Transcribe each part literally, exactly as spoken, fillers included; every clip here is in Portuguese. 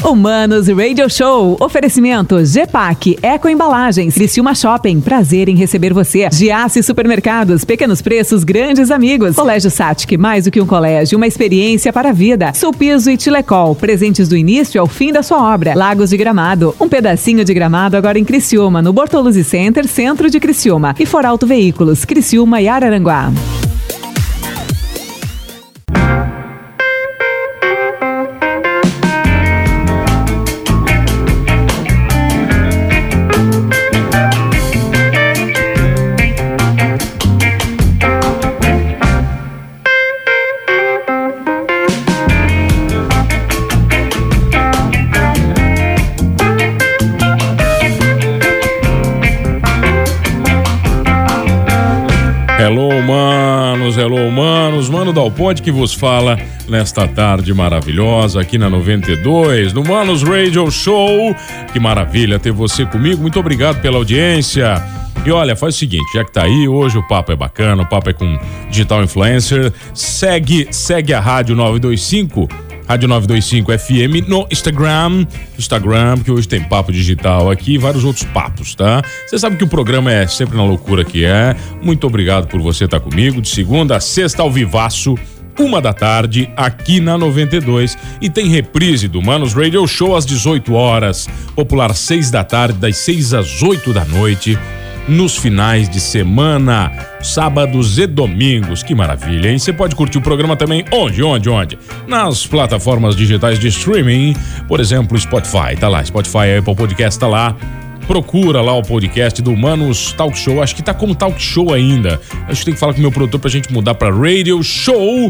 Humanos Radio Show. Oferecimento Gepac, Eco Embalagens, Criciúma Shopping, prazer em receber você. Giasse Supermercados, pequenos preços, grandes amigos. Colégio Satic, mais do que um colégio, uma experiência para a vida. Sulpiso e Tilecol, presentes do início ao fim da sua obra. Lagos de Gramado, um pedacinho de gramado agora em Criciúma, no Bortoluzzi Center, centro de Criciúma. E Forauto Veículos, Criciúma e Araranguá. Hello, manos, hello, manos, Mano Dal Ponte que vos fala nesta tarde maravilhosa aqui na noventa e dois, no Manos Radio Show. Que maravilha ter você comigo, muito obrigado pela audiência. E olha, faz o seguinte, já que tá aí, hoje o papo é bacana, o papo é com Digital Influencer, segue, segue a Rádio nove dois cinco, Rádio nove dois cinco F M no Instagram, Instagram, que hoje tem papo digital aqui e vários outros papos, tá? Você sabe que o programa é sempre na loucura que é. Muito obrigado por você estar comigo, de segunda a sexta ao vivaço, uma da tarde, aqui na noventa e dois. E tem reprise do Manos Radio Show às dezoito horas, popular seis da tarde, das seis às oito da noite, nos finais de semana, sábados e domingos. Que maravilha, hein? Você pode curtir o programa também onde, onde, onde? Nas plataformas digitais de streaming, por exemplo, Spotify, tá lá, Spotify, Apple Podcast, tá lá. Procura lá o podcast do Manos Talk Show, acho que tá como Talk Show ainda. Acho que tem que falar com o meu produtor pra gente mudar pra Radio Show.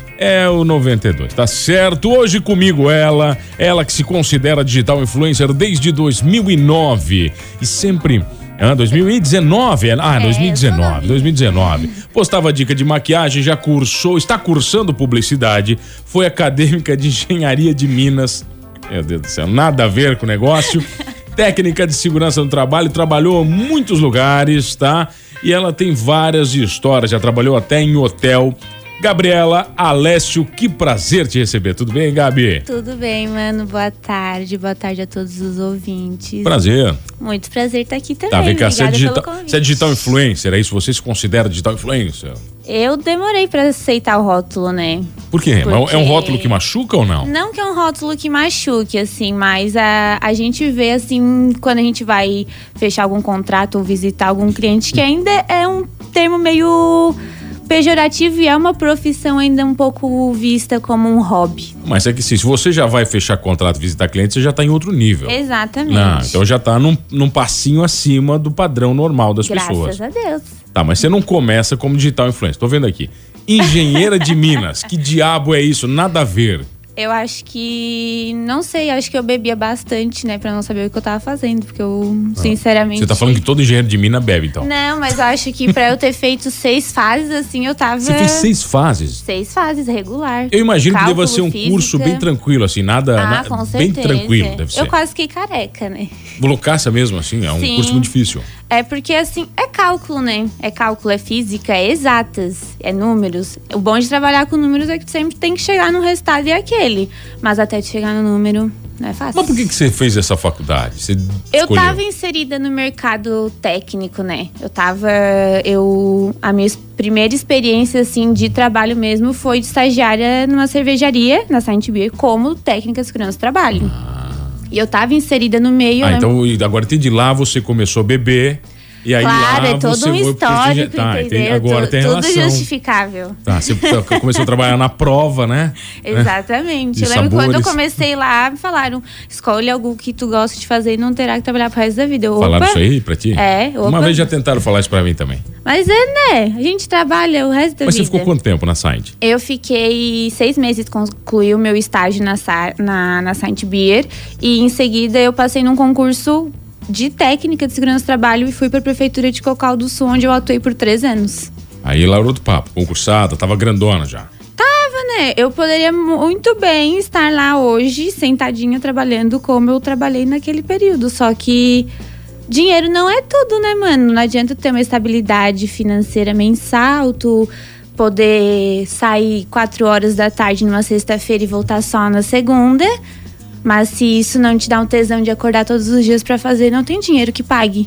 É o noventa e dois, tá certo? Hoje comigo ela, ela que se considera digital influencer desde dois mil e nove e sempre... Ah, dois mil e dezenove, ah, dois mil e dezenove, dois mil e dezenove. Postava dica de maquiagem, já cursou, está cursando publicidade, foi acadêmica de engenharia de Minas. Meu Deus do céu, nada a ver com o negócio. Técnica de segurança no trabalho, trabalhou em muitos lugares, tá? E ela tem várias histórias, já trabalhou até em hotel. Gabriela Alessio, que prazer te receber. Tudo bem, Gabi? Tudo bem, mano. Boa tarde. Boa tarde a todos os ouvintes. Prazer. Muito prazer estar aqui também. Tá, vem cá, você é, digital, pelo você é digital influencer, é isso? Você se considera digital influencer? Eu demorei pra aceitar o rótulo, né? Por quê? Porque... É um rótulo que machuca ou não? Não que é um rótulo que machuque, assim, mas a, a gente vê, assim, quando a gente vai fechar algum contrato ou visitar algum cliente, que ainda é um termo meio... pejorativo e é uma profissão ainda um pouco vista como um hobby. Mas é que sim, se você já vai fechar contrato, visitar cliente, você já tá em outro nível. Exatamente. Não, então já tá num, num passinho acima do padrão normal das Graças pessoas. Graças a Deus. Tá, mas você não começa como digital influencer. Tô vendo aqui. Engenheira de Minas. Que diabo é isso? Nada a ver. Eu acho que... Não sei, acho que eu bebia bastante, né? Pra não saber o que eu tava fazendo. Porque eu, ah, sinceramente... Você tá falando que todo engenheiro de Minas bebe, então? Não, mas eu acho que pra eu ter feito seis fases, assim, eu tava... Você fez seis fases? Seis fases, regular. Eu imagino Cálculo, que deva ser um física. curso bem tranquilo, assim, nada... Ah, na, com certeza. Bem tranquilo, deve ser. Eu quase fiquei careca, né? Loucaça mesmo, assim? É um Sim. curso muito difícil. É porque, assim, é cálculo, né? É cálculo, é física, é exatas, é números. O bom de trabalhar com números é que sempre tem que chegar no resultado e é aquele. Mas até de chegar no número, não é fácil. Mas por que, que você fez essa faculdade? Você eu escolheu? tava inserida no mercado técnico, né? Eu tava... Eu, a minha primeira experiência, assim, de trabalho mesmo foi de estagiária numa cervejaria, na Saint Beer, como técnica de segurança do trabalho. Ah. E eu tava inserida no meio... Ah, né? então agora entendi, lá você começou a beber... E aí claro, lá é todo você um histórico, tá, entendeu? Agora tem tudo relação. justificável. Tá, você começou a trabalhar na prova, né? Exatamente. De eu lembro sabores. quando eu comecei lá, me falaram, escolhe algo que tu gosta de fazer e não terá que trabalhar pro resto da vida. Eu, Falaram opa, isso aí pra ti? É, opa. Uma vez já tentaram falar isso pra mim também. Mas é, né? A gente trabalha o resto da Mas vida. você ficou quanto tempo na Saint? Eu fiquei seis meses, concluí o meu estágio na, na, na Saint Beer. E em seguida eu passei num concurso de técnica de segurança do trabalho e fui para a prefeitura de Cocal do Sul, onde eu atuei por três anos. Aí lá outro papo, concursada, tava grandona já. Tava, né? Eu poderia muito bem estar lá hoje, sentadinha, trabalhando como eu trabalhei naquele período. Só que dinheiro não é tudo, né, mano? Não adianta ter uma estabilidade financeira mensal, tu poder sair quatro horas da tarde numa sexta-feira e voltar só na segunda. Mas se isso não te dá um tesão de acordar todos os dias pra fazer, não tem dinheiro que pague.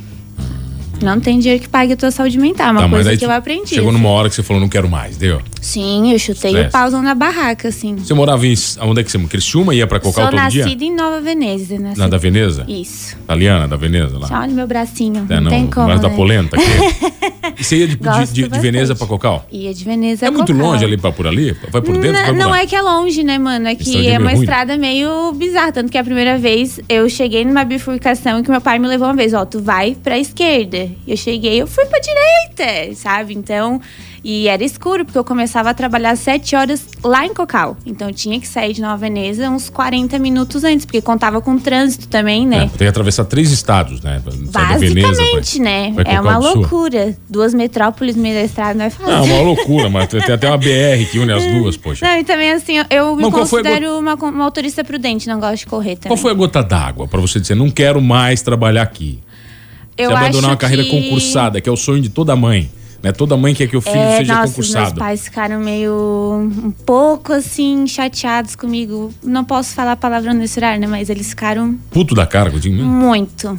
Não tem dinheiro que pague a tua saúde mental. É uma tá, coisa que eu aprendi. Chegou assim. Numa hora que você falou, não quero mais, deu? Sim, eu chutei Stress. O pauzão na barraca, assim. Você morava em... Onde é que você... Criciúma ia pra Cocal todo dia? Sou nascida em Nova Veneza. Nascida. Na da Veneza? Isso. Italiana da Veneza lá. Olha meu bracinho, é, não, não tem como, mais né? da polenta aqui. E você ia de, de, de, de Veneza pra Cocal? Ia de Veneza É a muito Cocal. longe ali pra por ali? Vai por dentro? Não, vai por não lá. é que é longe, né, mano? É que é uma ruim. Estrada meio bizarra. Tanto que a primeira vez eu cheguei numa bifurcação que meu pai me levou uma vez. Ó, tu vai pra esquerda. Eu cheguei, eu fui pra direita, sabe? Então... E era escuro, porque eu começava a trabalhar às sete horas lá em Cocal. Então eu tinha que sair de Nova Veneza uns quarenta minutos antes, porque contava com trânsito também, né? É, tem que atravessar três estados, né? Basicamente, né? É uma loucura. Duas metrópoles no meio da estrada não é fácil. Não, é uma loucura, mas tem até uma B R que une as duas, poxa. Não, e também assim, eu me Não, considero go... uma, uma motorista prudente, não gosto de correr também. Qual foi a gota d'água pra você dizer, não quero mais trabalhar aqui? Eu você abandonar uma carreira que... concursada, que é o sonho de toda mãe. Né? Toda mãe quer que o filho é, seja nossa, concursado. Meus pais ficaram meio um pouco assim chateados comigo. Não posso falar palavrão nesse horário, né? Mas eles ficaram puto da cara, eu digo mesmo. Muito.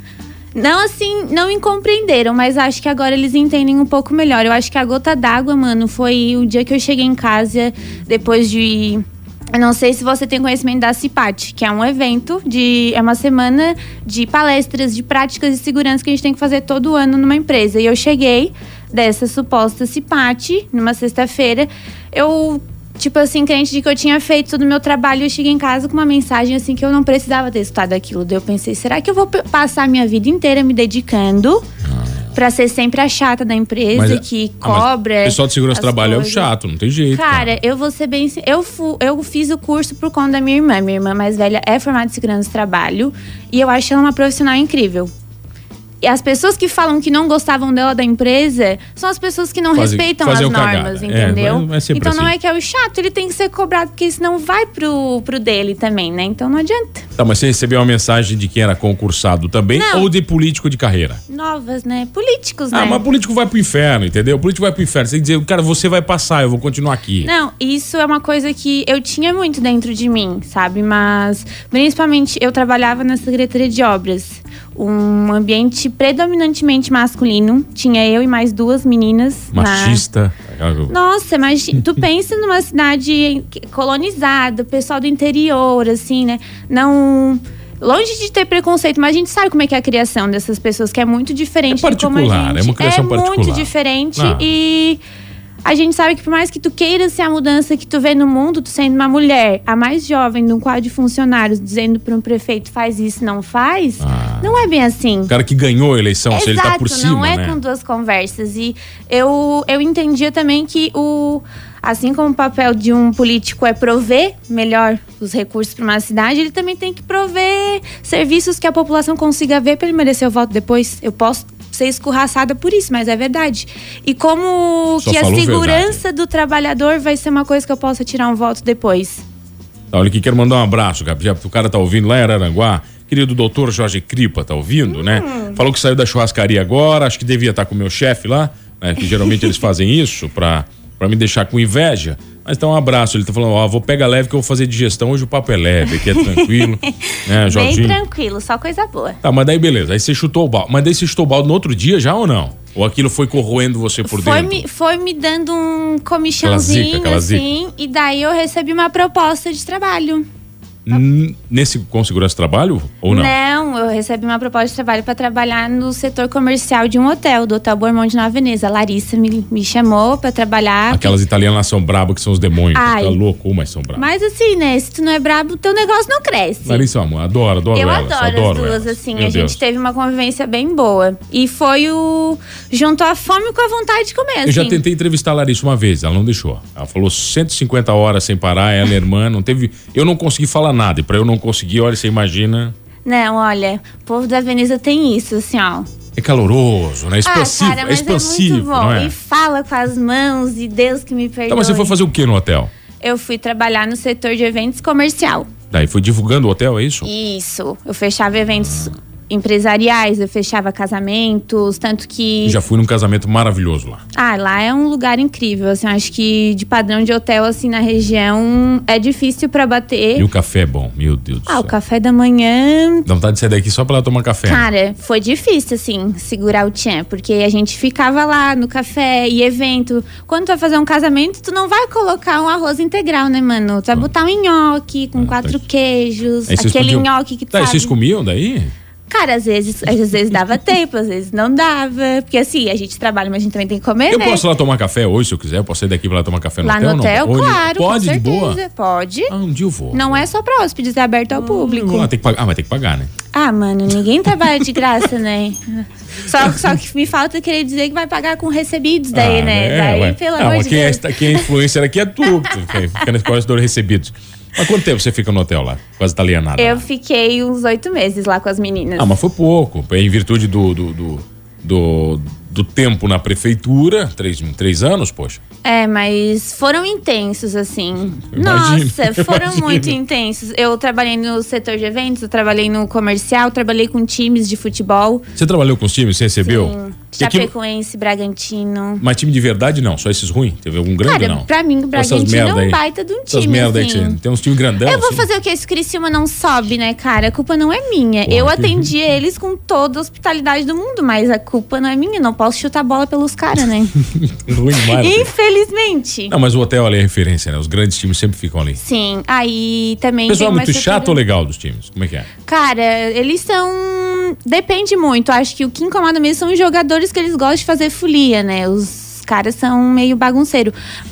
Não assim, não me compreenderam, mas acho que agora eles entendem um pouco melhor. Eu acho que a gota d'água, mano, foi o dia que eu cheguei em casa depois de... Eu não sei se você tem conhecimento da CIPAT, que é um evento, de, é uma semana de palestras, de práticas de segurança que a gente tem que fazer todo ano numa empresa. E eu cheguei dessa suposta CIPAT, numa sexta-feira, eu, tipo assim, crente de que eu tinha feito todo o meu trabalho, eu cheguei em casa com uma mensagem assim que eu não precisava ter escutado aquilo. Daí eu pensei, será que eu vou passar a minha vida inteira me dedicando pra ser sempre a chata da empresa, mas, que ah, cobra. O pessoal de segurança do trabalho coisas. É o chato, não tem jeito. Cara, cara, eu vou ser bem. Eu, fu, eu fiz o curso por conta da minha irmã. Minha irmã mais velha é formada em segurança do trabalho. E eu acho ela uma profissional incrível. E as pessoas que falam que não gostavam dela da empresa são as pessoas que não Faz, respeitam as normas, cagada. entendeu? É, mas, mas então assim. Não é que é o chato, ele tem que ser cobrado, porque senão vai pro, pro dele também, né? Então não adianta. Tá, mas você recebeu uma mensagem de quem era concursado também não. Ou de político de carreira? Novas, né? Políticos, né? Ah, mas político vai pro inferno, entendeu? Político vai pro inferno. Você tem que dizer, cara, você vai passar, eu vou continuar aqui. Não, isso é uma coisa que eu tinha muito dentro de mim, sabe? Mas, principalmente, eu trabalhava na Secretaria de Obras. Um ambiente predominantemente masculino. Tinha eu e mais duas meninas. Machista. Na... Nossa, mas tu pensa numa cidade colonizada, pessoal do interior, assim, né? Não... Longe de ter preconceito, mas a gente sabe como é que é a criação dessas pessoas, que é muito diferente é particular, de como a gente... É uma criação é particular. muito diferente ah. e... A gente sabe que por mais que tu queira ser a mudança que tu vê no mundo, tu sendo uma mulher, a mais jovem de um quadro de funcionários, dizendo para um prefeito faz isso, não faz, ah. não é bem assim. O cara que ganhou a eleição, Exato, se ele tá por cima, não é né? com duas conversas. E eu, eu entendia também que o... Assim como o papel de um político é prover melhor os recursos para uma cidade, ele também tem que prover serviços que a população consiga ver para ele merecer o voto depois. Eu posso ser escorraçada por isso, mas é verdade. E como Só que a segurança verdade. do trabalhador vai ser uma coisa que eu possa tirar um voto depois. Tá, olha aqui, quero mandar um abraço, já o cara tá ouvindo lá em Araranguá. Querido doutor Jorge Cripa, tá ouvindo, hum. né? Falou que saiu da churrascaria agora, acho que devia estar com o meu chefe lá, né? Que geralmente eles fazem isso pra... Pra me deixar com inveja. Mas então um abraço. Ele tá falando, ó, vou pegar leve que eu vou fazer digestão. Hoje o papo é leve, aqui é tranquilo. né, Jorginho? Bem tranquilo, só coisa boa. Tá, mas daí beleza. Aí você chutou o balde. Mas daí você chutou o balde no outro dia já ou não? Ou aquilo foi corroendo você por foi dentro? Me, foi me dando um comichãozinho, aquela zica, aquela assim. Zica. E daí eu recebi uma proposta de trabalho. Nesse com segurança de trabalho ou não? Não, eu recebi uma proposta de trabalho para trabalhar no setor comercial de um hotel, do Hotel Bourmont de Nova Veneza. A Larissa me, me chamou para trabalhar. Aquelas italianas lá são brabas, que são os demônios. Ai, tá louco, mas são brabas. Mas assim, né, se tu não é brabo, o teu negócio não cresce. Larissa, amor, adoro, adoro eu elas. Eu adoro, adoro as duas, elas. assim. Meu a Deus. gente teve uma convivência bem boa. E foi o... juntou a fome com a vontade de comer, assim. Eu já tentei entrevistar a Larissa uma vez, ela não deixou. Ela falou cento e cinquenta horas sem parar, ela é irmã, não teve... Eu não consegui falar nada, e pra eu não conseguir, olha, você imagina... Não, olha, o povo da Veneza tem isso, assim, ó. É caloroso, né? Expansivo, ah, cara, é expansivo, é muito bom. não é? E fala com as mãos, e Deus que me perdoe. Então, mas você foi fazer o que no hotel? Eu fui trabalhar no setor de eventos comercial. Daí foi divulgando o hotel, é isso? Isso, eu fechava eventos... empresariais, eu fechava casamentos, tanto que... Já fui num casamento maravilhoso lá. Ah, lá é um lugar incrível, assim, acho que de padrão de hotel, assim, na região, é difícil pra bater. E o café é bom, meu Deus do Ah, céu. o café da manhã... Dá vontade de sair daqui só pra lá tomar café. Cara, foi difícil, assim, segurar o tchan, porque a gente ficava lá no café e evento. Quando tu vai fazer um casamento, tu não vai colocar um arroz integral, né, mano? Tu vai botar um nhoque com Ah, quatro tá. queijos, Aí vocês aquele podiam- nhoque que tu Tá, e sabe. vocês comiam daí? Cara, às vezes, às vezes dava tempo, às vezes não dava. Porque assim, a gente trabalha, mas a gente também tem que comer, Eu né? posso ir lá tomar café hoje, se eu quiser? Eu posso sair daqui pra lá tomar café no Lá hotel? no hotel, não? Ou- claro, Pode, com de boa? certeza. Pode. Ah, um dia eu vou. Não é só pra hóspedes, é aberto ao público. Ah, tem que pagar. Ah, mas tem que pagar, né? Ah, mano, ninguém trabalha de graça, né? Só, só que me falta querer dizer que vai pagar com recebidos daí, Ah, né? Daí, ué. pelo Ah, amor mas de quem Deus. É, quem é influencer aqui é tu, que fica- fica nesse corredor recebidos. Mas quanto tempo você fica no hotel lá? Quase italianada. Eu lá? fiquei uns oito meses lá com as meninas. Ah, mas foi pouco. Em virtude do, do, do, do, do tempo na prefeitura, três, três anos, poxa. É, mas foram intensos, assim. Imagino, Nossa, foram imagino. muito intensos. Eu trabalhei no setor de eventos, eu trabalhei no comercial, trabalhei com times de futebol. Você trabalhou com os times? Você recebeu? Sim. Que aqui- Chapecoense, Bragantino. Mas time de verdade não, só esses ruins? Teve algum grande Cara, não? pra mim, o Só essas Bragantino merda é aí. um baita de um Essas time, merda aí que assim. você- tem uns times grandão. Eu vou assim. fazer o que? Esse Criciúma não sobe, né, cara? A culpa não é minha. Porra, eu que- atendi eles com toda a hospitalidade do mundo, mas a culpa não é minha. Eu não posso chutar a bola pelos caras, né? Ruim demais. assim. Infelizmente. Não, mas o hotel ali é referência, né? Os grandes times sempre ficam ali. Sim, aí também O pessoal é tem uma muito estrutura- chato ou legal dos times? Como é que é? Cara, eles são... Depende muito. Acho que o que incomoda mesmo são os jogadores que eles gostam de fazer folia, né? Os caras são meio bagunceiro.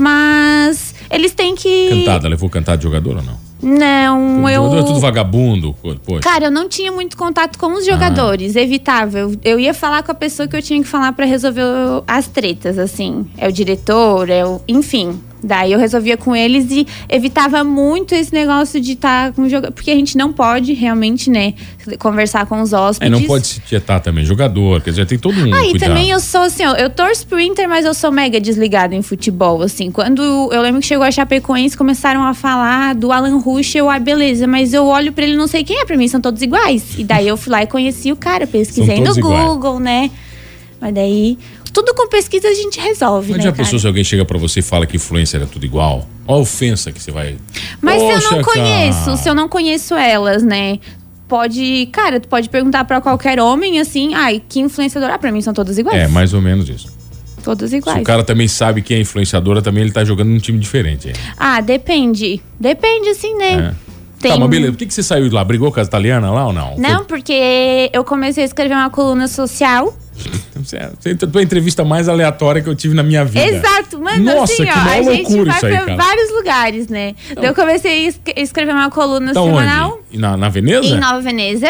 Mas eles têm que... Cantada, levou cantada de jogador ou não? Não, O eu... jogador é tudo vagabundo, pô, poxa. Cara, eu não tinha muito contato com os jogadores, evitava. Eu, eu ia falar com a pessoa que eu tinha que falar pra resolver o- as tretas, assim. É o diretor, é o... Enfim. Daí eu resolvia com eles e evitava muito esse negócio de estar com o jogador. Porque a gente não pode realmente, né, conversar com os É, hóspedes. não pode se tietar também, jogador, quer dizer, tem todo mundo. Ah, e cuidado. também eu sou assim, ó, eu torço pro Inter, mas eu sou mega desligada em futebol, assim. Quando eu lembro que chegou a Chapecoense, começaram a falar do Alan Rusch, eu, ah, beleza, mas eu olho pra ele e não sei quem é, pra mim são todos iguais. E daí eu fui lá e conheci o cara, pesquisei São no todos iguais. Google, né? Mas daí, tudo com pesquisa a gente resolve, Mas né, já cara? pensou se alguém chega pra você e fala que influencer é tudo igual? Olha a ofensa que você vai... Mas se eu não Poxa, conheço, cara. se eu não conheço elas, né? Pode, cara, tu pode perguntar pra qualquer homem, assim, ai, que influenciador? Ah, pra mim são todos iguais. É, mais ou menos isso. Todos Se iguais. o cara também sabe que é influenciadora, também ele tá jogando num time diferente. aí. Ah, depende. Depende, assim, né? É. Tá, mas beleza. Por que, que você saiu de lá? Brigou com as italianas lá ou não? Não, porque eu comecei a escrever uma coluna social. Foi, você foi a entrevista mais aleatória que eu tive na minha vida. Exato, mano, Nossa, assim, que ó, maior a gente loucura vai isso aí, pra cara. vários lugares, né? Daí eu comecei a es- escrever uma coluna Tá semanal onde? E Na, na Veneza? em Nova Veneza.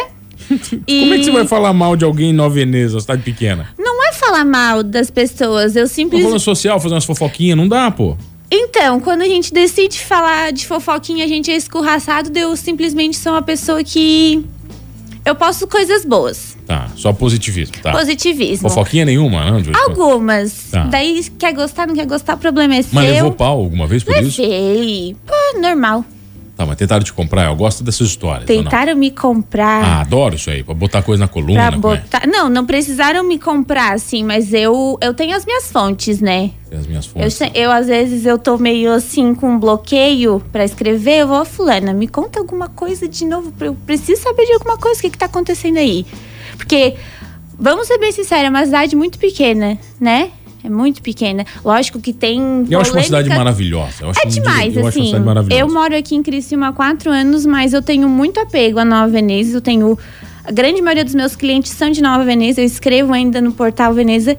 E Como é que você vai falar mal de alguém em Nova Veneza, cidade pequena? não é falar mal das pessoas, eu Uma coluna simplesmente... social, fazer umas fofoquinhas, não dá, pô. Então, quando a gente decide falar de fofoquinha, a gente é escorraçado, eu simplesmente sou uma pessoa que... Eu posto coisas boas. Tá, só positivismo, tá. Positivismo. Fofoquinha nenhuma, não? Júlio? Algumas. Tá. Daí, quer gostar, não quer gostar, o problema é seu. Mas levou pau alguma vez por isso? Levei. Pô, normal. Tá, mas tentaram te comprar, eu gosto dessas histórias. ou não? Tentaram me comprar. Ah, adoro isso aí, pra botar coisa na coluna. Pra como é? botar. Não, não precisaram me comprar, assim, mas eu, eu tenho as minhas fontes, né? Tem as minhas Eu, fontes. se- eu, às vezes, eu tô meio assim com um bloqueio pra escrever. Eu vou, "Ó, fulana, me conta alguma coisa de novo. Eu preciso saber de alguma coisa. O que que tá acontecendo aí? Porque, vamos ser bem sinceros, é uma cidade muito pequena, né? É muito pequena. Lógico que tem. Eu acho uma polêmica- cidade maravilhosa. Eu acho É um- demais, eu acho uma assim. cidade maravilhosa. Eu moro aqui em Criciúma há quatro anos, mas eu tenho muito apego a Nova Veneza. Eu tenho... A grande maioria dos meus clientes são de Nova Veneza. Eu escrevo ainda no portal Veneza.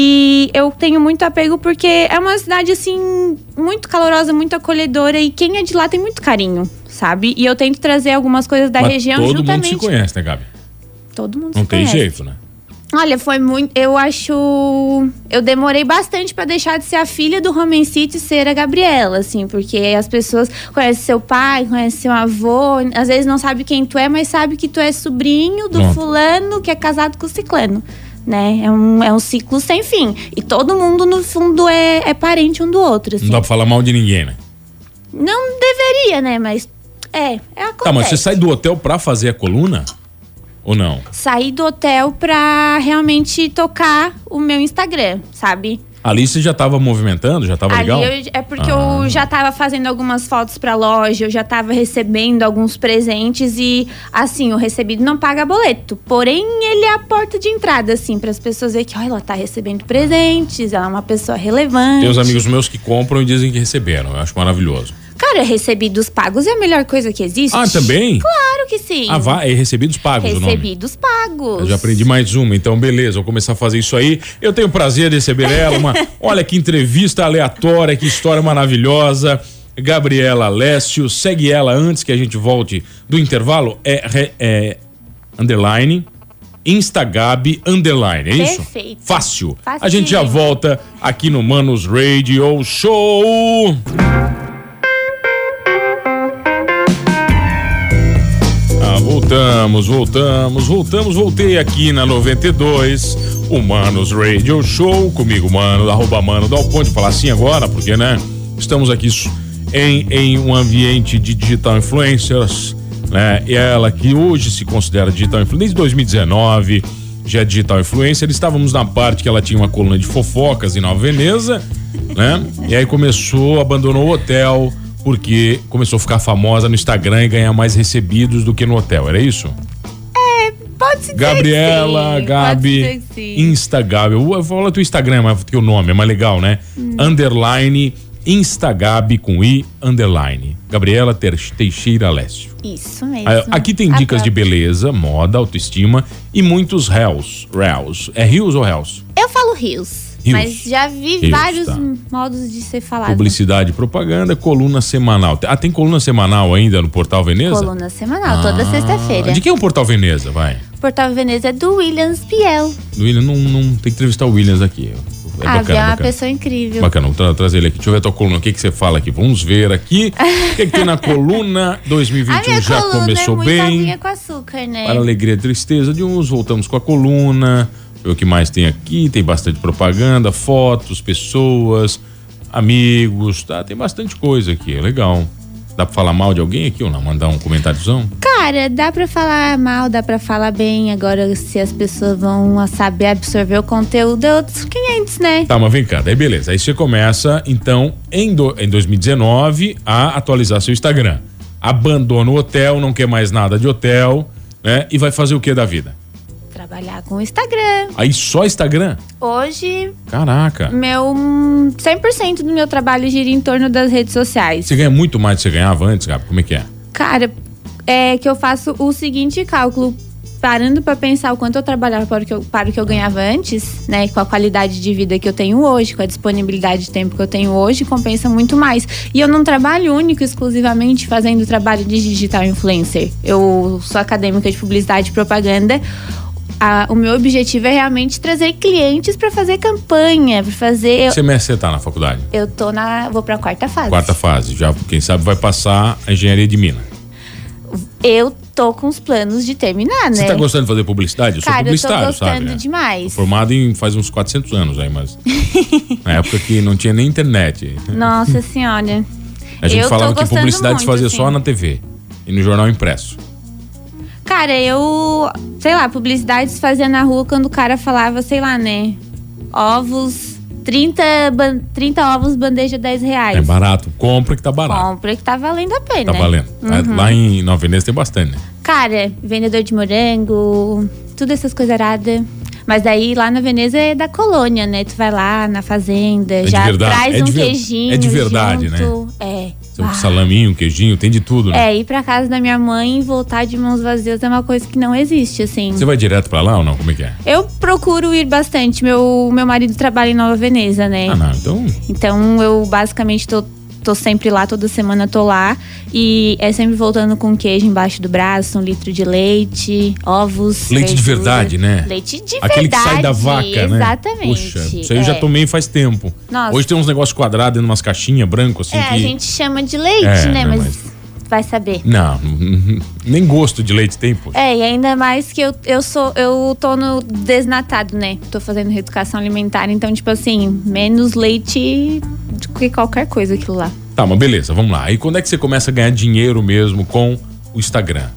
E eu tenho muito apego porque é uma cidade, assim, muito calorosa, muito acolhedora. E quem é de lá tem muito carinho, sabe? E eu tento trazer algumas coisas da Mas região todo juntamente... mundo se conhece, né, Gabi? Todo mundo Não se tem conhece. jeito, né? Olha, foi muito. Eu acho. Eu demorei bastante pra deixar de ser a filha do Romencito e ser a Gabriela, assim, porque as pessoas conhecem seu pai, conhecem seu avô, às vezes não sabe quem tu é, mas sabe que tu é sobrinho do Pronto. fulano que é casado com o ciclano. Né? É um, é um ciclo sem fim. E todo mundo, no fundo, é, é parente um do outro. Assim. Não dá pra falar mal de ninguém, né? Não deveria, né? Mas. É, é acontece. Tá, mas você sai do hotel pra fazer a coluna? Ou não? Saí do hotel pra realmente tocar o meu Instagram, sabe? Ali você já tava movimentando? Já tava Ali legal? Eu, é porque ah. eu já tava fazendo algumas fotos pra loja, eu já tava recebendo alguns presentes e, assim, o recebido não paga boleto. Porém, ele é a porta de entrada, assim, pras pessoas verem que, ó, ela tá recebendo presentes, ela é uma pessoa relevante. Tem uns amigos meus que compram e dizem que receberam. Eu acho maravilhoso. Cara, recebidos pagos é a melhor coisa que existe. Ah, também? Claro que sim. Ah, vai, é recebidos pagos o nome. Recebidos pagos. Eu já aprendi mais uma, então beleza, vou começar a fazer isso aí. Eu tenho o prazer de receber ela, uma, olha que entrevista aleatória, que história maravilhosa. Gabriela Lécio, segue ela antes que a gente volte do intervalo, é, é underline, Instagab, underline, é isso? Perfeito. Fácil. Facinho. A gente já volta aqui no Manos Radio Show. Voltamos, voltamos, voltamos, voltei aqui na noventa e dois, o Manos Radio Show, comigo, mano, arroba Mano Dal Ponte, falar assim agora, porque, né, estamos aqui em, em um ambiente de digital influencers, né, e ela que hoje se considera digital influencer, desde dois mil e dezenove, já é digital influencer, estávamos na parte que ela tinha uma coluna de fofocas em Nova Veneza, né, e aí começou, abandonou o hotel, porque começou a ficar famosa no Instagram e ganhar mais recebidos do que no hotel, era isso? É, pode ser. Gabriela, que sim. Gabi, pode ser que sim. Instagab. Eu falo teu Instagram, mas teu nome é mais legal, né? Hum. Underline, Instagab com I, underline. Gabriela Teixeira Lécio. Isso mesmo. Aqui tem dicas de beleza, moda, autoestima e muitos reels. Reels. É reels ou reels? Eu falo reels. Rios. Mas já vi Rios, vários tá. modos de ser falado. Publicidade, propaganda, coluna semanal. Ah, tem coluna semanal ainda no Portal Veneza? Coluna semanal, toda ah, sexta-feira. De quem é o Portal Veneza, vai? O Portal Veneza é do Williams Piel. Do Williams, não, não tem que entrevistar o Williams aqui. É ah, bacana, é uma bacana. pessoa incrível. Bacana, vou tra trazer ele aqui. Deixa eu ver a tua coluna. O que, que você fala aqui? Vamos ver aqui. O que, que tem na coluna? dois mil e vinte e um já começou é muito bem. aguinha com açúcar, né? Para a alegria e tristeza de uns, voltamos com a coluna. O que mais tem aqui? Tem bastante propaganda, fotos, pessoas, amigos, tá? Tem bastante coisa aqui, é legal. Dá pra falar mal de alguém aqui ou não? Mandar um comentáriozão? Cara, dá pra falar mal, dá pra falar bem. Agora, se as pessoas vão saber absorver o conteúdo, é outros quinhentos, né? Tá, mas vem cá, daí beleza. Aí você começa, então, em, do, em dois mil e dezenove, a atualizar seu Instagram. Abandona o hotel, não quer mais nada de hotel, né? E vai fazer o que da vida? Trabalhar com o Instagram. Aí só Instagram? Hoje, caraca, meu cem por cento do meu trabalho gira em torno das redes sociais. Você ganha muito mais do que você ganhava antes, Gabi? Como é que é? Cara, é que eu faço o seguinte cálculo, parando pra pensar o quanto eu trabalhava para o que eu, para o que eu ganhava antes, né? Com a qualidade de vida que eu tenho hoje, com a disponibilidade de tempo que eu tenho hoje, compensa muito mais. E eu não trabalho único, exclusivamente fazendo trabalho de digital influencer. Eu sou acadêmica de publicidade e propaganda. A, o meu objetivo é realmente trazer clientes para fazer campanha, para fazer. Que semestre você tá na faculdade? Eu tô na, vou para a quarta fase. Quarta fase, já quem sabe vai passar a engenharia de mina. Eu tô com os planos de terminar, né? Você tá gostando de fazer publicidade? Eu Cara, sou publicitário, eu tô gostando sabe? Né? demais. Tô formado em faz uns quatrocentos anos aí, mas na época que não tinha nem internet. Nossa senhora. A gente eu falava que publicidade se muito, fazia assim. só na T V e no jornal impresso. Cara, eu, sei lá, publicidade se fazia na rua quando o cara falava, sei lá, né? Ovos, trinta, trinta ovos, bandeja, dez reais. É barato, compra que tá barato. Compra que tá valendo a pena. Tá valendo. Uhum. Lá em Nova Veneza tem bastante, né? Cara, vendedor de morango, tudo essas coisas aradas. Mas daí lá na Veneza é da colônia, né? Tu vai lá na fazenda, É já de verdade. traz É um de ver- queijinho é de verdade, junto. né? É. Tem um Ah. salaminho, um queijinho, tem de tudo, né? É, ir pra casa da minha mãe e voltar de mãos vazias é uma coisa que não existe, assim. Você vai direto pra lá ou não? Como é que é? Eu procuro ir bastante. Meu, meu marido trabalha em Nova Veneza, né? Ah, não, então... Então eu basicamente tô, tô sempre lá, toda semana tô lá. E é sempre voltando com queijo embaixo do braço, um litro de leite, ovos. Leite de verdura. verdade, né? Leite de Aquele verdade. que sai da vaca, né? Exatamente. Puxa, isso aí eu já É. tomei faz tempo. Nossa. Hoje tem uns negócios quadrados dentro de umas caixinhas branco assim É, que... a gente chama de leite, É, né? não, Mas, mas- vai saber. Não, nem gosto de leite tem, pô. É, e ainda mais que eu, eu sou, eu tô no desnatado, né? Tô fazendo reeducação alimentar, então, tipo assim, menos leite do que qualquer coisa aquilo lá. Tá, mas beleza, vamos lá. E quando é que você começa a ganhar dinheiro mesmo com o Instagram?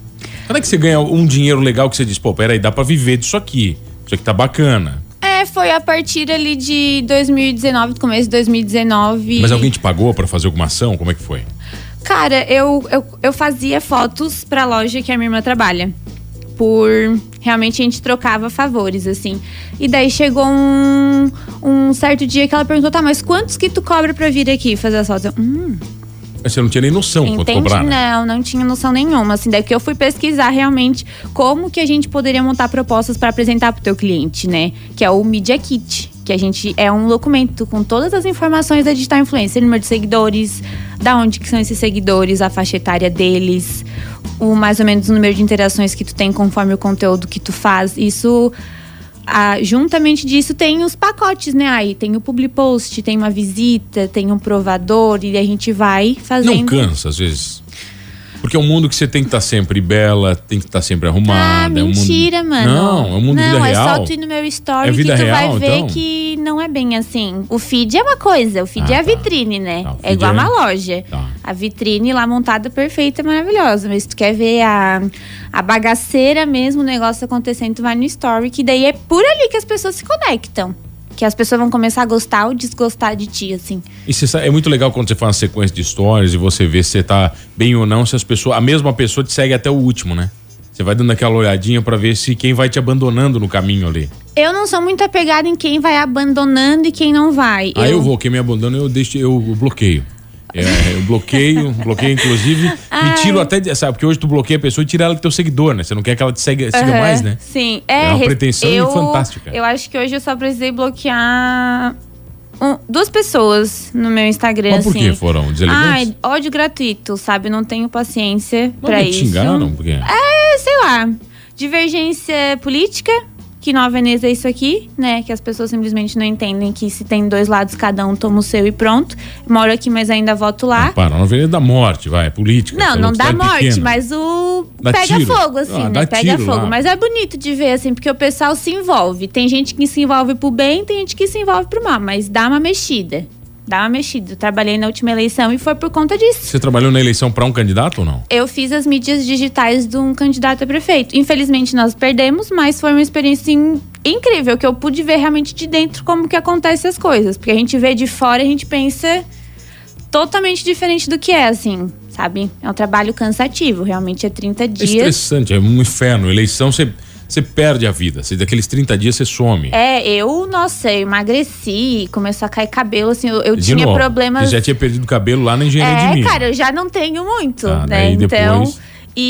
Quando é que você ganha um dinheiro legal que você diz, pô, peraí, dá pra viver disso aqui. Isso aqui tá bacana. É, foi a partir ali de dois mil e dezenove, começo de dois mil e dezenove. Mas alguém te pagou pra fazer alguma ação? Como é que foi? Cara, eu, eu, eu fazia fotos pra loja que a minha irmã trabalha. Por... Realmente a gente trocava favores, assim. E daí chegou um, um certo dia que ela perguntou, tá, mas quantos que tu cobra pra vir aqui fazer as fotos? Eu, hum... Mas você não tinha nem noção Entendi, quanto cobrar, né? Não, não tinha noção nenhuma. Assim, daí que eu fui pesquisar realmente como que a gente poderia montar propostas para apresentar pro teu cliente, né? Que é o Media Kit. Que a gente é um documento com todas as informações da digital influencer, número de seguidores, da onde que são esses seguidores, a faixa etária deles, o mais ou menos o número de interações que tu tem conforme o conteúdo que tu faz. Isso... Ah, juntamente disso tem os pacotes, né? Aí tem o public post, tem uma visita, tem um provador e a gente vai fazendo. Não cansa, às vezes. Porque é um mundo que você tem que estar tá sempre bela, tem que estar tá sempre arrumada. Ah, mentira, é um mundo... mano. Não, é um mundo de vida não, real. Não, é só tu ir no meu story é vida que tu real, vai ver então? que não é bem assim. O feed é uma coisa, o feed ah, é a tá. vitrine, né? Tá, é igual é... uma loja. Tá. A vitrine lá montada perfeita, maravilhosa. Mas se tu quer ver a, a bagaceira mesmo, o negócio acontecendo, tu vai no story, que daí é por ali que as pessoas se conectam. Que as pessoas vão começar a gostar ou desgostar de ti, assim. E você sabe, é muito legal quando você faz uma sequência de stories e você vê se você tá bem ou não, se as pessoas, a mesma pessoa te segue até o último, né? Você vai dando aquela olhadinha pra ver se quem vai te abandonando no caminho ali. Eu não sou muito apegada em quem vai abandonando e quem não vai. Aí eu, eu vou, quem me abandona eu deixo, eu bloqueio. É, eu bloqueio, bloqueio inclusive, me tiro até, de, sabe, porque hoje tu bloqueia a pessoa e tira ela do teu seguidor, né? Você não quer que ela te siga, siga uhum, mais, né? Sim. É, é uma pretensão eu, fantástica. Eu acho que hoje eu só precisei bloquear um, duas pessoas no meu Instagram, Mas por assim. que foram deselegantes? Ai, ódio gratuito, sabe? Não tenho paciência Não, pra não te isso. xingaram? Por quê? É, sei lá. Divergência política. Que Nova Veneza é isso aqui, né? Que as pessoas simplesmente não entendem que se tem dois lados, cada um toma o seu e pronto. Moro aqui, mas ainda voto lá. Não, para, Nova Veneza da morte, vai, é política. Não, não dá morte, pequena. mas o Dá pega tiro. fogo, assim, Ah, né? dá Pega tiro fogo. lá. Mas é bonito de ver, assim, porque o pessoal se envolve. Tem gente que se envolve pro bem, tem gente que se envolve pro mal, mas dá uma mexida. Dá uma mexida. Eu trabalhei na última eleição e foi por conta disso. Você trabalhou na eleição pra um candidato ou não? Eu fiz as mídias digitais de um candidato a prefeito. Infelizmente nós perdemos, mas foi uma experiência assim, incrível, que eu pude ver realmente de dentro como que acontecem as coisas. Porque a gente vê de fora e a gente pensa totalmente diferente do que é, assim, sabe? É um trabalho cansativo, realmente é trinta É dias. estressante, é um inferno. Eleição, você, você perde a vida. Você, daqueles trinta dias, você some. É, eu, nossa, eu emagreci, começou a cair cabelo, assim, eu, eu De tinha novo, problemas... Você já tinha perdido cabelo lá na engenharia de É, Minas. cara, eu já não tenho muito, Ah, né? daí Então, depois-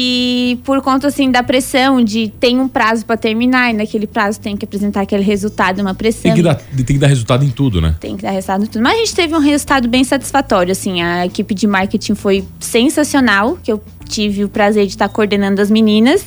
e por conta, assim, da pressão de tem um prazo pra terminar e naquele prazo tem que apresentar aquele resultado, uma pressão. Tem que, dar, tem que dar resultado em tudo, né? Tem que dar resultado em tudo. Mas a gente teve um resultado bem satisfatório, assim, a equipe de marketing foi sensacional, que eu tive o prazer de estar coordenando as meninas.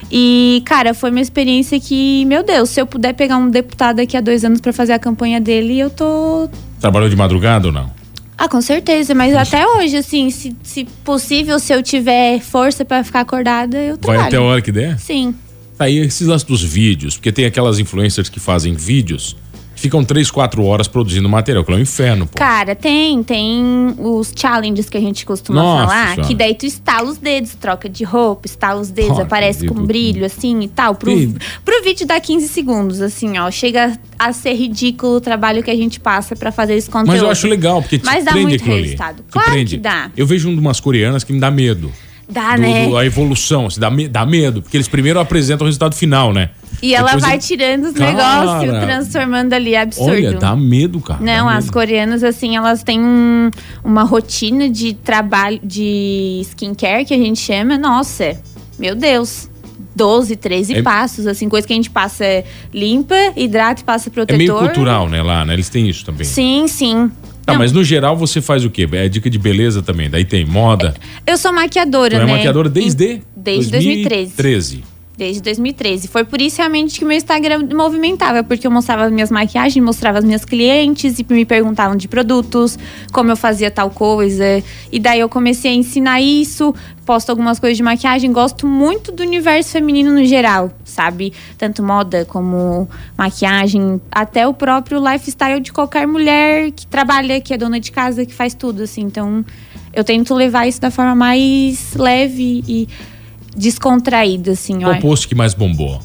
E, cara, foi uma experiência que, meu Deus, se eu puder pegar um deputado daqui a dois anos pra fazer a campanha dele, eu tô... Trabalhou de madrugada ou não? Ah, com certeza, mas até hoje, assim, se, se possível, se eu tiver força pra ficar acordada, eu trabalho. Vai até a hora que der? Sim. Aí esses lances dos vídeos, porque tem aquelas influencers que fazem vídeos, ficam três, quatro horas produzindo material, que é um inferno, pô. Cara, tem, tem os challenges que a gente costuma Nossa falar, senhora. que daí tu estala os dedos, troca de roupa, estala os dedos, Olha, aparece com dedo. brilho, assim, e tal. Pro, Que- pro vídeo dá quinze segundos, assim, ó. Chega a ser ridículo o trabalho que a gente passa pra fazer esse conteúdo. Mas eu acho legal, porque te Mas dá prende muito aquilo ali. resultado. Te Claro prende. que dá. Eu vejo um de umas coreanas que me dá medo. Dá, Do- né? do- a evolução, assim, dá, me- dá medo. Porque eles primeiro apresentam o resultado final, né? E ela Depois vai ele- tirando os Cara, negócios, transformando ali, é absurdo. Olha, dá medo, cara. Não, dá as medo. coreanas, assim, elas têm um, uma rotina de trabalho, de skincare, que a gente chama. Nossa, meu Deus. doze, treze É- passos, assim, coisa que a gente passa limpa, hidrata e passa É protetor. meio cultural, né, lá, né? Eles têm isso também. Sim, sim. Tá, Não, mas no geral você faz o quê? É dica de beleza também. Daí tem moda. eu sou maquiadora, Tu é né? maquiadora desde? Desde dois mil e treze. treze. Desde dois mil e treze. Foi por isso realmente que o meu Instagram movimentava, porque eu mostrava as minhas maquiagens, mostrava as minhas clientes e me perguntavam de produtos, como eu fazia tal coisa. E daí eu comecei a ensinar isso, posto algumas coisas de maquiagem. Gosto muito do universo feminino no geral, sabe? Tanto moda como maquiagem, até o próprio lifestyle de qualquer mulher que trabalha, que é dona de casa, que faz tudo, assim. Então, eu tento levar isso da forma mais leve e... descontraído, assim, Qual ó. o post que mais bombou?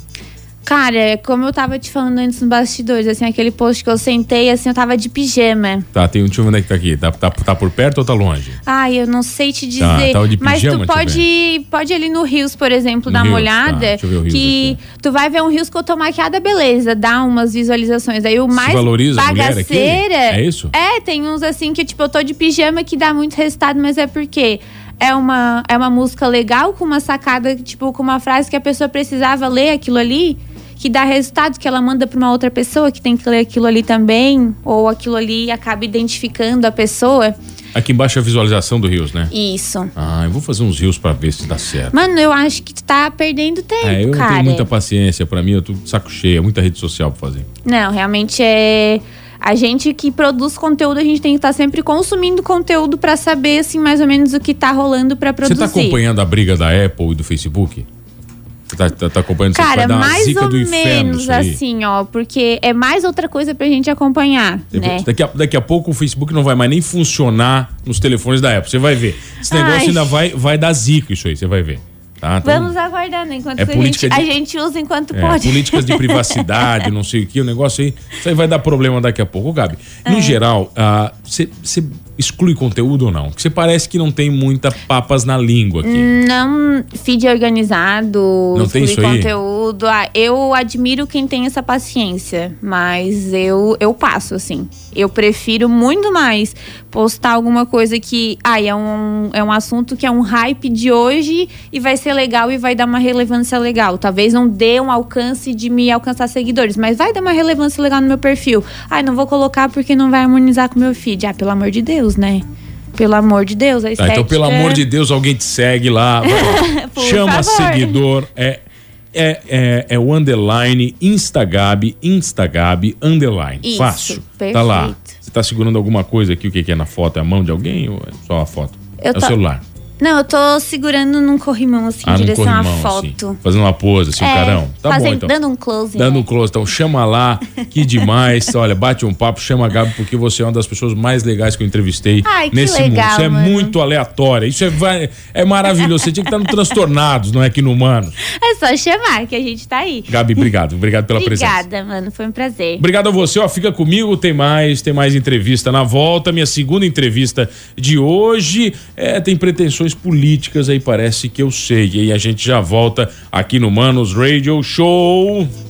Cara, como eu tava te falando antes nos bastidores, assim, aquele post que eu sentei, assim, eu tava de pijama. Tá, tem um, deixa eu ver onde é que tá aqui. Tá, tá, tá por perto ou tá longe? Ai, eu não sei te dizer. Tá, tava de mas pijama, tu pode, pode ir ali no Rios, por exemplo, No dar uma Reels, tá. olhada. Deixa eu ver o Reels que aqui. tu vai ver um Rios que eu tô maquiada, beleza, dá umas visualizações. Aí o mais valoriza a mulher bagaceira. aqui? É isso? É, tem uns assim que, tipo, eu tô de pijama que dá muito resultado, mas é porque é uma, é uma música legal, com uma sacada, tipo, com uma frase que a pessoa precisava ler aquilo ali, que dá resultado, que ela manda pra uma outra pessoa que tem que ler aquilo ali também, ou aquilo ali acaba identificando a pessoa. Aqui embaixo é a visualização do Rios, né? Isso. Ah, eu vou fazer uns Rios pra ver se dá certo. Mano, eu acho que tu tá perdendo tempo, É, eu cara. não tenho muita paciência. Pra mim, eu tô de saco cheio. É muita rede social pra fazer. Não, realmente é... A gente que produz conteúdo, a gente tem que estar sempre consumindo conteúdo pra saber, assim, mais ou menos o que tá rolando pra Você produzir. tá acompanhando a briga da Apple e do Facebook? Você tá, tá, tá acompanhando? Você vai Cara, dar uma mais zica ou do inferno menos isso aí. assim, ó. Porque é mais outra coisa pra gente acompanhar, né? Daqui a, daqui a pouco o Facebook não vai mais nem funcionar nos telefones da Apple. Você vai ver. Esse negócio Ai. ainda vai, vai dar zica isso aí, você vai ver. Tá? Então, Vamos aguardar, né? Enquanto é a, gente, política de- a gente usa enquanto é, pode. políticas de privacidade, não sei o que, o negócio aí, isso aí vai dar problema daqui a pouco. Ô, Gabi, É. no geral, você exclui conteúdo ou não? Porque você parece que não tem muita papas na língua aqui. Não, feed organizado, Não tem excluir isso aí? conteúdo. Ah, eu admiro quem tem essa paciência, mas eu, eu passo, assim. Eu prefiro muito mais postar alguma coisa que ah, é, um, é um assunto que é um hype de hoje e vai ser legal e vai dar uma relevância legal. Talvez não dê um alcance de me alcançar seguidores, mas vai dar uma relevância legal no meu perfil. Ai, não vou colocar porque não vai harmonizar com o meu feed. Ah, pelo amor de Deus, né? Pelo amor de Deus, a Tá, estética... então, pelo amor de Deus, alguém te segue lá. vai lá. Por Chama favor. seguidor. É, é, é, é o underline Instagab, Instagab, underline. Isso, Fácil. perfeito. Tá lá. Você tá segurando alguma coisa aqui? O que, que é na foto? É a mão de alguém ou é só a foto? Eu é o tô- celular. Não, eu tô segurando num corrimão, assim, Ah, em num direção à corrimão, foto. assim. Fazendo uma pose, assim, um É, carão. Tá fazendo- bom, então. dando um close, Dando né? um close. Então, chama lá, que demais. Olha, bate um papo, chama a Gabi, porque você é uma das pessoas mais legais que eu entrevistei Ai, que nesse legal, mundo. Isso é mano. muito aleatório. Isso é, vai- é maravilhoso. Você tinha que estar no Transtornados, não é aqui no Humano. É só chamar que a gente tá aí. Gabi, obrigado. Obrigado pela presença. Obrigada, mano. Foi um prazer. Obrigado a você, ó, fica comigo, tem mais, tem mais entrevista na volta, minha segunda entrevista de hoje, é, tem pretensões políticas aí, parece que eu sei, e aí a gente já volta aqui no Manos Radio Show.